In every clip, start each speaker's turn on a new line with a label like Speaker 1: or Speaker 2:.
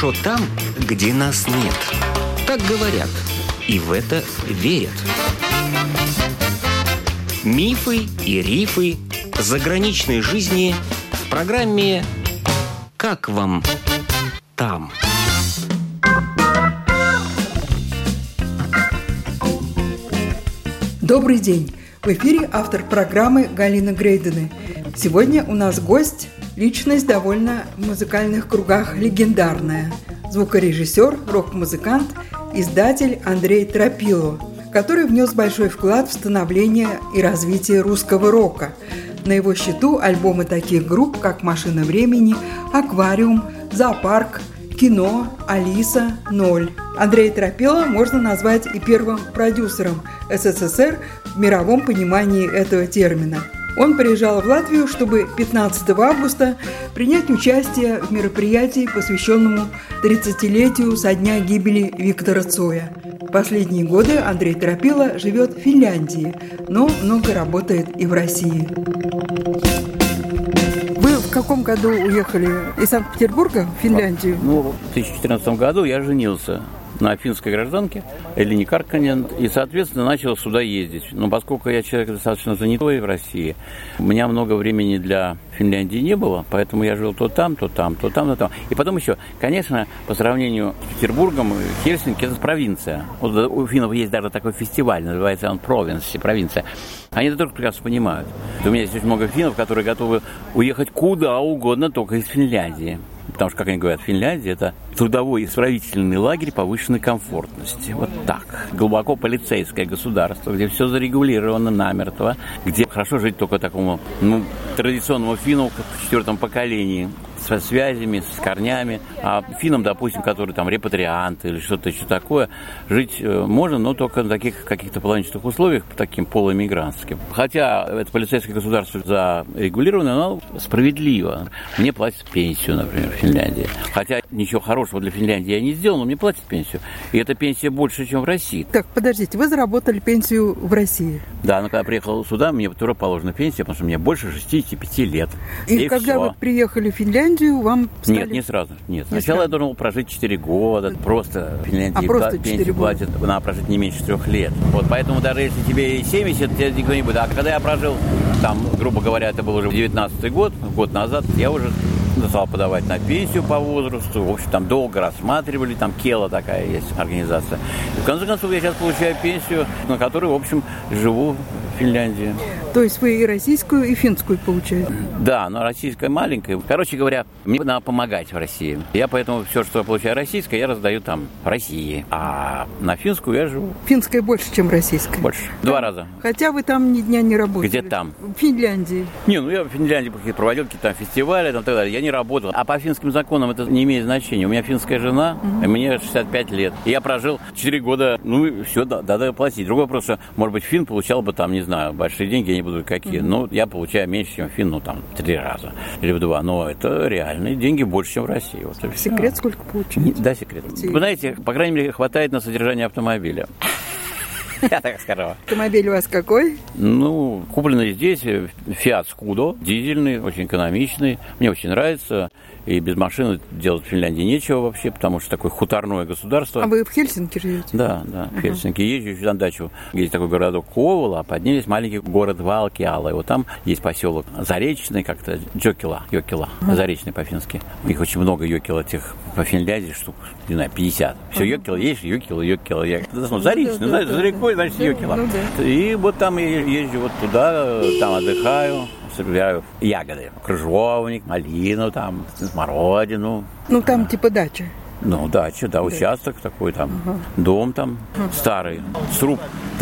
Speaker 1: хорошо там, где нас нет. Так говорят, и в это верят. Мифы и рифы заграничной жизни в программе «Как вам там?».
Speaker 2: Добрый день! В эфире автор программы Галина Грейдены. Сегодня у нас гость, личность довольно в музыкальных кругах легендарная. Звукорежиссер, рок-музыкант, издатель Андрей Тропило, который внес большой вклад в становление и развитие русского рока. На его счету альбомы таких групп, как «Машина времени», «Аквариум», «Зоопарк», «Кино», «Алиса», «Ноль». Андрея Тропило можно назвать и первым продюсером СССР в мировом понимании этого термина. Он приезжал в Латвию, чтобы 15 августа принять участие в мероприятии, посвященному 30-летию со дня гибели Виктора Цоя. В последние годы Андрей Тропило живет в Финляндии, но много работает и в России. Вы в каком году уехали из Санкт-Петербурга в Финляндию?
Speaker 3: В 2014 году я женился на финской гражданке Элине Карканен, и, соответственно, начал сюда ездить. Но поскольку я человек достаточно занятой в России, у меня много времени для Финляндии не было, поэтому я жил то там, то там, то там, то там. И потом еще, конечно, по сравнению с Петербургом, Хельсинки – это провинция. Вот у финнов есть даже такой фестиваль, называется он «Провинси», провинция. Они это только прекрасно понимают. У меня есть очень много финнов, которые готовы уехать куда угодно, только из Финляндии. Потому что, как они говорят, Финляндия – это трудовой исправительный лагерь повышенной комфортности. Вот так. Глубоко полицейское государство, где все зарегулировано намертво, где хорошо жить только такому традиционному финну в 4-м поколении, со связями, с корнями. А финнам, допустим, которые там репатрианты или что-то еще такое, жить можно, но только на таких каких-то половинчатых условиях, таким полуэмигрантским. Хотя это полицейское государство зарегулировано, но справедливо. Мне платят пенсию, например, в Финляндии. Хотя ничего хорошего для Финляндии я не сделал, но мне платят пенсию. И эта пенсия больше, чем в России.
Speaker 2: Так, подождите, вы заработали пенсию в России?
Speaker 3: Да, но когда я приехал сюда, мне тоже положена пенсия, потому что мне больше 65 лет.
Speaker 2: И когда вы приехали в Финляндию, вам стали...
Speaker 3: Нет, не сразу. Нет. Сначала я должен был прожить 4 года. Просто в Финляндии пенсию платят, надо прожить не меньше 3 лет. Вот поэтому даже если тебе и 70, тебе никто не будет. А когда я прожил, там, грубо говоря, это был уже 19-й год назад, я уже стал подавать на пенсию по возрасту. В общем, там долго рассматривали, там Кела такая есть организация. И в конце концов я сейчас получаю пенсию, на которой, в общем, живу в Финляндии.
Speaker 2: То есть вы и российскую, и финскую получаете?
Speaker 3: Да, но российская маленькая. Короче говоря, мне надо помогать в России. Я поэтому все, что я получаю российское, я раздаю там в России. А на финскую я живу.
Speaker 2: Финская больше, чем российская?
Speaker 3: Больше. 2 раза.
Speaker 2: Хотя вы там ни дня не работали?
Speaker 3: Где там?
Speaker 2: В Финляндии.
Speaker 3: Не, я в Финляндии проводил какие-то там фестивали, там, так далее. Я не работал. А по финским законам это не имеет значения. У меня финская жена, и мне 65 лет. И я прожил 4 года, все, надо платить. Другой вопрос, что, может быть, фин получал бы там, не знаю, большие деньги, я не буду какие. Но я получаю меньше, чем фин, 3 раза или в 2. Но это реальные деньги больше, чем в России. Вот
Speaker 2: секрет, сколько получаете?
Speaker 3: Да, секрет. Вы знаете, по крайней мере, хватает на содержание автомобиля. Я так скажу.
Speaker 2: Автомобиль у вас какой?
Speaker 3: Купленный здесь Fiat Scudo, дизельный, очень экономичный. Мне очень нравится. И без машины делать в Финляндии нечего вообще, потому что такое хуторное государство.
Speaker 2: А вы в Хельсинки живете?
Speaker 3: Да, в Хельсинки. Езжу еще на дачу. Есть такой городок Ковала, а под ним есть маленький город Валкиала. И вот там есть поселок Заречный, как-то Йокила, Заречный по-фински. Их очень много Йокила этих по Финляндии, штук, не знаю, 50. Все, Йокила есть, Йокила. Заречный, за рекой, значит, Йокила. И вот там я езжу вот туда, там отдыхаю. Собираю ягоды, крыжовник, малину, там, смородину.
Speaker 2: Там типа дача.
Speaker 3: Дача, да, участок такой там, дом там старый, сруб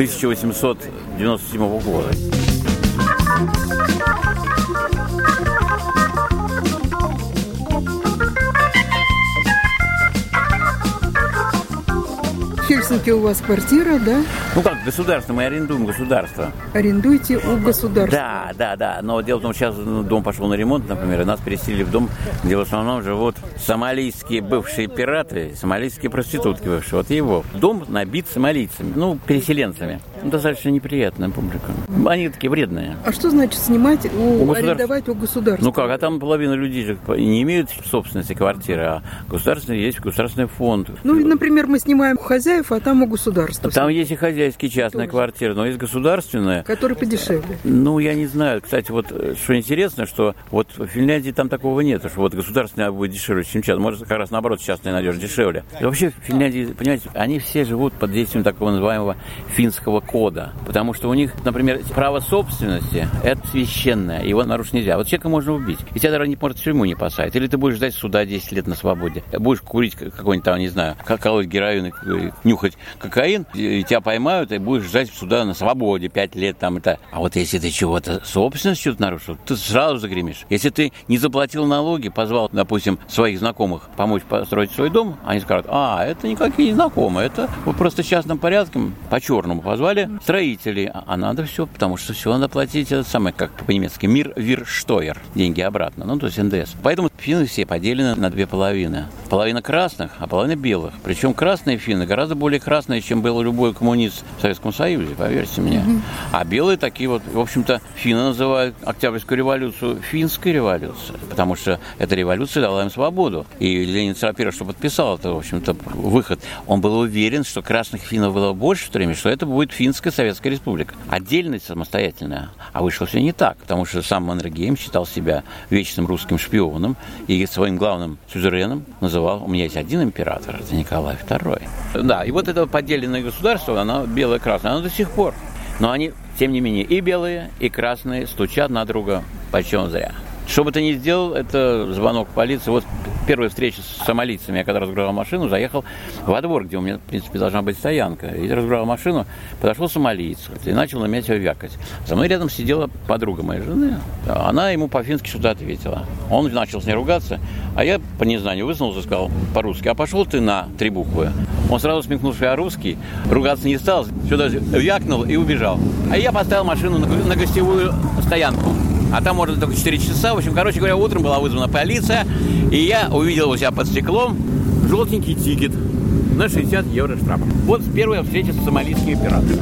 Speaker 3: 1897 года.
Speaker 2: В Хельсинки у вас квартира, да?
Speaker 3: Как государство, мы арендуем государство.
Speaker 2: Арендуете у государства?
Speaker 3: Да. Но дело в том, что сейчас дом пошел на ремонт, например, и нас переселили в дом, где в основном живут сомалийские бывшие пираты, сомалийские проститутки бывшие. Вот его дом набит сомалийцами, переселенцами. достаточно неприятная публика. Они такие вредные.
Speaker 2: А что значит снимать, арендовать у государства?
Speaker 3: Ну как, а там половина людей же не имеют собственности квартиры, а есть государственный фонд.
Speaker 2: Ну, например, мы снимаем у хозяев, а там у государства.
Speaker 3: Там есть и хозяйские частные квартиры, но есть государственные.
Speaker 2: Которые подешевле.
Speaker 3: Ну, я не знаю. Кстати, вот что интересно, что вот в Финляндии там такого нет, что вот государственная будет дешевле, чем частная. Может, как раз наоборот, частная найдешь дешевле. И вообще в Финляндии, понимаете, они все живут под действием такого называемого финского кода. Потому что у них, например, право собственности – это священное, его нарушить нельзя. Вот человека можно убить, и тебя даже может в тюрьму не посадить. Или ты будешь ждать суда 10 лет на свободе. Будешь курить какой-нибудь там, не знаю, колоть героин, нюхать кокаин, и тебя поймают, и будешь ждать суда на свободе 5 лет там это. А вот если ты чего-то собственность что-то нарушил, ты сразу загремишь. Если ты не заплатил налоги, позвал, допустим, своих знакомых помочь построить свой дом, они скажут: это никакие не знакомые, это вот просто частным порядком, по-черному позвали строителей. А надо все, потому что все надо платить, это самое, как по-немецки, Мир-Вир-Штойер, деньги обратно, ну, то есть НДС. Поэтому финны все поделены на две половины. Половина красных, а половина белых. Причем красные финны гораздо более красные, чем был любой коммунист в Советском Союзе, поверьте мне. А белые такие вот, в общем-то, финны называют Октябрьскую революцию финской революцией, потому что эта революция дала им свободу. И Ленин первый, что подписал, это, в общем-то, выход. Он был уверен, что красных финнов было больше в то время, что это будет Финская Советская Республика. Отдельная, самостоятельная. А вышло все не так, потому что сам Маннергейм считал себя вечным русским шпионом и своим главным сюзереном называл: у меня есть один император, это Николай II. Да, и вот это поделенное государство, оно белое-красное, оно до сих пор. Но они, тем не менее, и белые, и красные стучат на друга почем зря. Что бы ты ни сделал, это звонок в полицию. Вот первая встреча с сомалийцами, я когда разгружал машину, заехал во двор, где у меня, в принципе, должна быть стоянка. И разгружал машину, подошел сомалиец и начал на меня вякать. За мной рядом сидела подруга моей жены. Она ему по-фински что-то ответила. Он начал с ней ругаться, а я по незнанию высунулся и сказал по-русски: а пошел ты на 3 буквы. Он сразу смекнул, что я русский, ругаться не стал, сюда вякнул и убежал. А я поставил машину на гостевую стоянку. А там можно только 4 часа. В общем, короче говоря, утром была вызвана полиция, и я увидел у себя под стеклом желтенький тикет на 60 евро штрафа. Вот первая встреча с сомалийскими пиратами.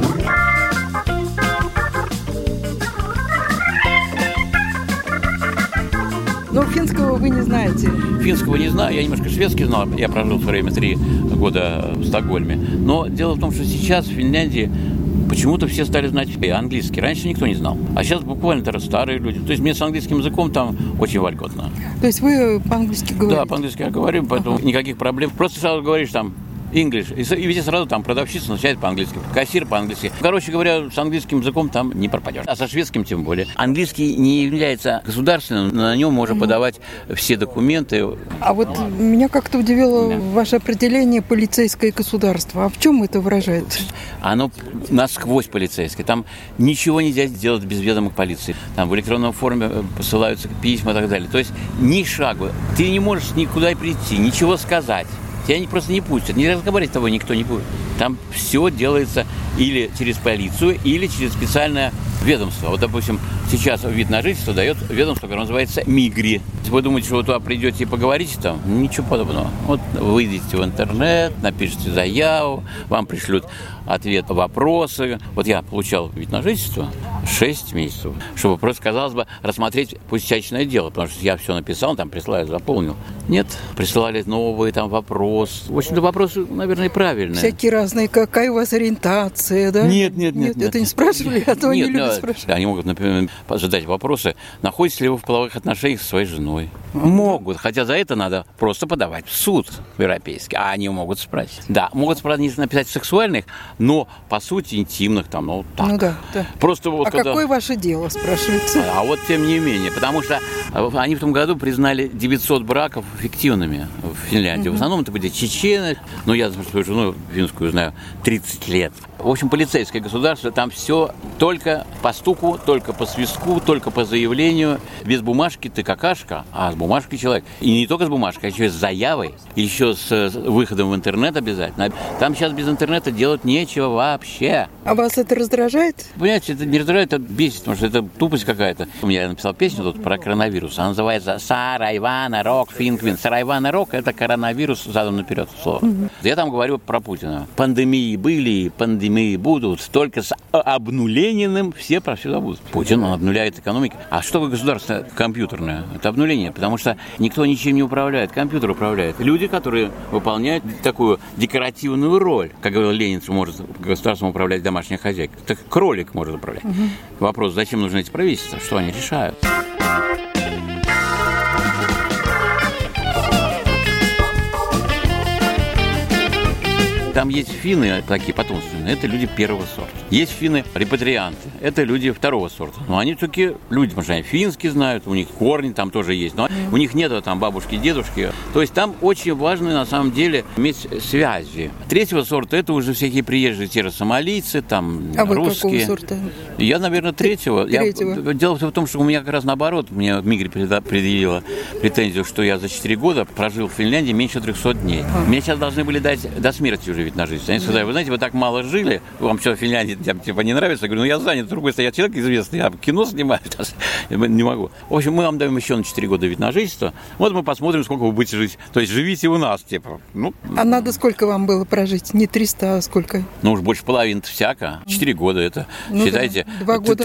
Speaker 2: Но финского вы не знаете?
Speaker 3: Финского не знаю, я немножко шведский знал. Я прожил в свое время 3 года в Стокгольме. Но дело в том, что сейчас в Финляндии почему-то все стали знать английский. Раньше никто не знал. А сейчас буквально старые люди. То есть мне с английским языком там очень вольготно.
Speaker 2: То есть вы по-английски говорите?
Speaker 3: Да, по-английски я говорю, поэтому никаких проблем. Просто сразу говоришь там English, и везде сразу там продавщица начинает по-английски, кассир по-английски. Короче говоря, с английским языком там не пропадешь. А со шведским тем более. Английский не является государственным, но на нем можно подавать все документы.
Speaker 2: А вот меня как-то удивило ваше определение «полицейское государство». А в чем это выражается?
Speaker 3: Оно насквозь полицейское. Там ничего нельзя сделать без ведома полиции. Там в электронной форме посылаются письма и так далее. То есть ни шагу. Ты не можешь никуда прийти, ничего сказать. Тебя просто не пустят. Не разговаривать с тобой никто не будет. Там все делается или через полицию, или через специальное ведомство. Вот, допустим, сейчас вид на жительство дает ведомство, которое называется МИГРИ. Если вы думаете, что вы туда придете и поговорите там, ничего подобного. Вот выйдете в интернет, напишите заяву, вам пришлют ответ, вопросы. Вот я получал вид на жительство 6 месяцев, чтобы просто, казалось бы, рассмотреть пустячное дело, потому что я все написал, там присылали, заполнил. Нет, присылали новые там вопросы. В общем-то, вопросы, наверное, правильные.
Speaker 2: Всякие разные. Какая у вас ориентация, да?
Speaker 3: Нет.
Speaker 2: Это не спрашивали, а то они любят спрашивать.
Speaker 3: Они могут, например, задать вопросы: находитесь ли вы в половых отношениях со своей женой? Могут, хотя за это надо просто подавать в суд европейский, а они могут спросить. Да, могут, правда, не написать сексуальных, но, по сути, интимных там, ну, так.
Speaker 2: Ну да.
Speaker 3: Просто вот
Speaker 2: а какое ваше дело, спрашивается?
Speaker 3: А вот тем не менее, потому что они в том году признали 900 браков фиктивными в Финляндии. В основном это были чечены, но я свою жену финскую знаю 30 лет. В общем, полицейское государство, там все только по стуку, только по свистку, только по заявлению. Без бумажки ты какашка, а с бумажкой человек. И не только с бумажкой, а еще и с заявой, и еще с выходом в интернет обязательно. Там сейчас без интернета делать нечего вообще.
Speaker 2: А вас это раздражает?
Speaker 3: Понимаете, это не раздражает, это бесит, потому что это тупость какая-то. Я написал песню тут про коронавирус. Она называется «Сарайвана Рок Финквин». Сарайвана Рок – это коронавирус задом наперед слово. Я там говорю про Путина. Пандемии были, пандемии мы будут, только с обнулением все про все забудут. Путин, он обнуляет экономику. А что такое государство компьютерное? Это обнуление, потому что никто ничем не управляет, компьютер управляет. Люди, которые выполняют такую декоративную роль. Как говорил Ленин, может государством управлять домашняя хозяйка. Так кролик может управлять. Вопрос, зачем нужны эти правительства, что они решают? Там есть финны такие потомственные, это люди первого сорта. Есть финны-репатрианты, это люди второго сорта. Но они все-таки люди, потому что они финский знают, у них корни там тоже есть, но у них нету там бабушки, дедушки. То есть там очень важно на самом деле иметь связи. Третьего сорта это уже всякие приезжие сомалийцы, там
Speaker 2: а
Speaker 3: русские.
Speaker 2: Вы какого сорта?
Speaker 3: Я, наверное, третьего. Дело в том, что у меня как раз наоборот, мне Мигрь предъявила претензию, что я за 4 года прожил в Финляндии меньше 300 дней. Мне сейчас должны были дать до смерти уже вид на жизнь. Они сказали, вы знаете, вы так мало жили, вам что, в Финляндии типа не нравится? Я говорю, я занят, с другой стороны, я человек известный, я кино снимаю, не могу. В общем, мы вам даем еще на 4 года вид на жительство, вот мы посмотрим, сколько вы будете жить. То есть живите у нас, типа.
Speaker 2: А надо сколько вам было прожить? Не 300, а сколько?
Speaker 3: Ну, уж больше половины всяко. 4 года это, считайте,
Speaker 2: да, 2 года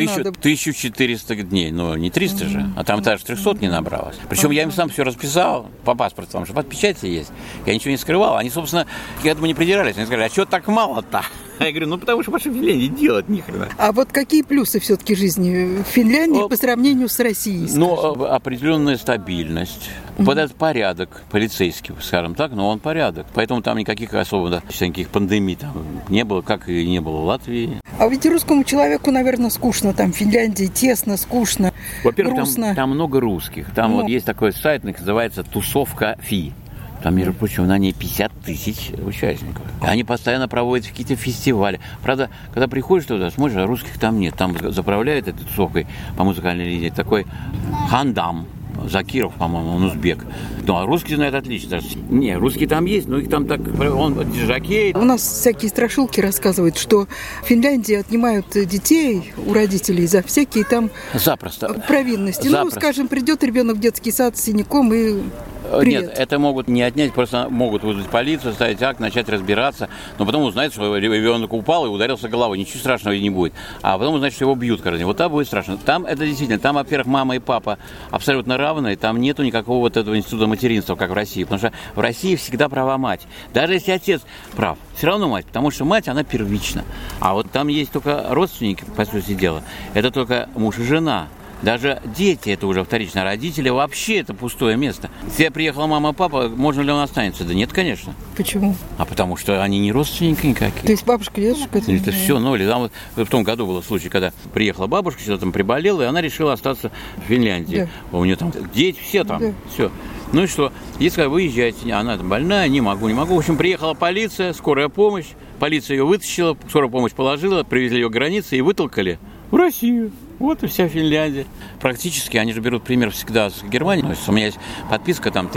Speaker 3: 1400 дней, но не 300 же, а там даже 300 не набралось. Причем я им сам все расписал по паспорту, потому что под печати есть. Я ничего не скрывал. Они, собственно, к этому не придирались. Они сказали, а что так мало-то? Я говорю, потому что больше в Финляндии делать нихрена.
Speaker 2: А вот какие плюсы все-таки жизни в Финляндии по сравнению с Россией?
Speaker 3: Определенная стабильность, порядок полицейский, скажем так, но он порядок. Поэтому там никаких особо всяких пандемий там не было, как и не было в Латвии.
Speaker 2: А ведь русскому человеку, наверное, скучно там в Финляндии, тесно, скучно,
Speaker 3: во-первых,
Speaker 2: грустно.
Speaker 3: Там много русских. Там вот есть такой сайт, называется «Тусовка Фи». Там, между прочим, на ней 50 тысяч участников. Они постоянно проводят какие-то фестивали. Правда, когда приходишь туда, смотришь, а русских там нет. Там заправляет этой тусовкой по музыкальной линии такой Хандам. Закиров, по-моему, он узбек. Ну, а русские знают отлично. Не, русские там есть, но их там так... Он жокей.
Speaker 2: У нас всякие страшилки рассказывают, что в Финляндии отнимают детей у родителей за всякие там провинности. Ну, скажем, придет ребенок в детский сад с синяком и... Привет.
Speaker 3: Нет, это могут не отнять, просто могут вызвать полицию, ставить акт, начать разбираться, но потом узнать, что ребенок упал и ударился головой, ничего страшного не будет. А потом узнать, что его бьют, короче. Вот там будет страшно. Там это действительно, там, во-первых, мама и папа абсолютно равные, там нету никакого вот этого института материнства, как в России, потому что в России всегда права мать. Даже если отец прав, все равно мать, потому что мать, она первична. А вот там есть только родственники, по сути дела, это только муж и жена. Даже дети это уже вторично, родители вообще это пустое место. Если приехала мама и папа, можно ли он останется? Да нет, конечно.
Speaker 2: Почему?
Speaker 3: А потому что они не родственники никакие.
Speaker 2: То есть бабушка, дедушка?
Speaker 3: Это все, там вот в том году был случай, когда приехала бабушка, что-то там приболела, и она решила остаться в Финляндии. Да. У нее там дети, все там, все. Ну и что? Ей сказали, выезжайте, она там больная, не могу. В общем, приехала полиция, скорая помощь, полиция ее вытащила, скорая помощь положила, привезли ее к границе и вытолкали в Россию. Вот и вся Финляндия. Практически они же берут пример всегда с Германии. У меня есть подписка там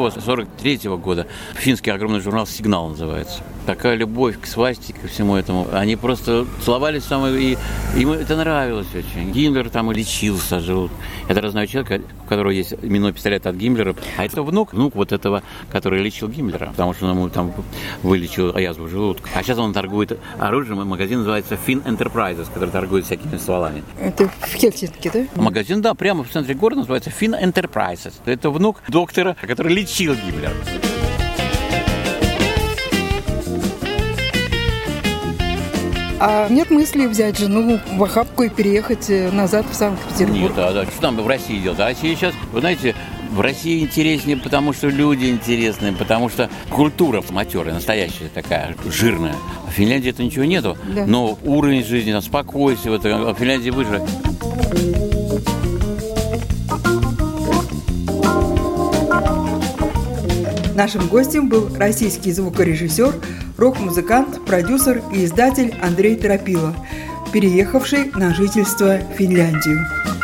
Speaker 3: 36-43 года. Финский огромный журнал «Сигнал» называется. Такая любовь к свастике, ко всему этому. Они просто целовались там, и им это нравилось очень. Гиммлер там и лечился желудок. Я даже знаю человека, у которого есть именной пистолет от Гиммлера. А это внук вот этого, который лечил Гиммлера. Потому что он ему там вылечил язву желудка. А сейчас он торгует оружием. Магазин называется Finn Enterprises, который торгует всякими стволами.
Speaker 2: Это в Хельсинки, да?
Speaker 3: Магазин, да, прямо в центре города, называется Finn Enterprises. Это внук доктора, который лечил Гиммлера.
Speaker 2: А нет мысли взять жену в охапку и переехать назад в Санкт-Петербург?
Speaker 3: Нет, что там в России делать? А Россия сейчас, вы знаете, в России интереснее, потому что люди интересные, потому что культура матерая, настоящая такая, жирная. В Финляндии это ничего нету, да. Но уровень жизни, спокойствие, в Финляндии выше.
Speaker 2: Нашим гостем был российский звукорежиссер, рок-музыкант, продюсер и издатель Андрей Торопило, переехавший на жительство в Финляндию.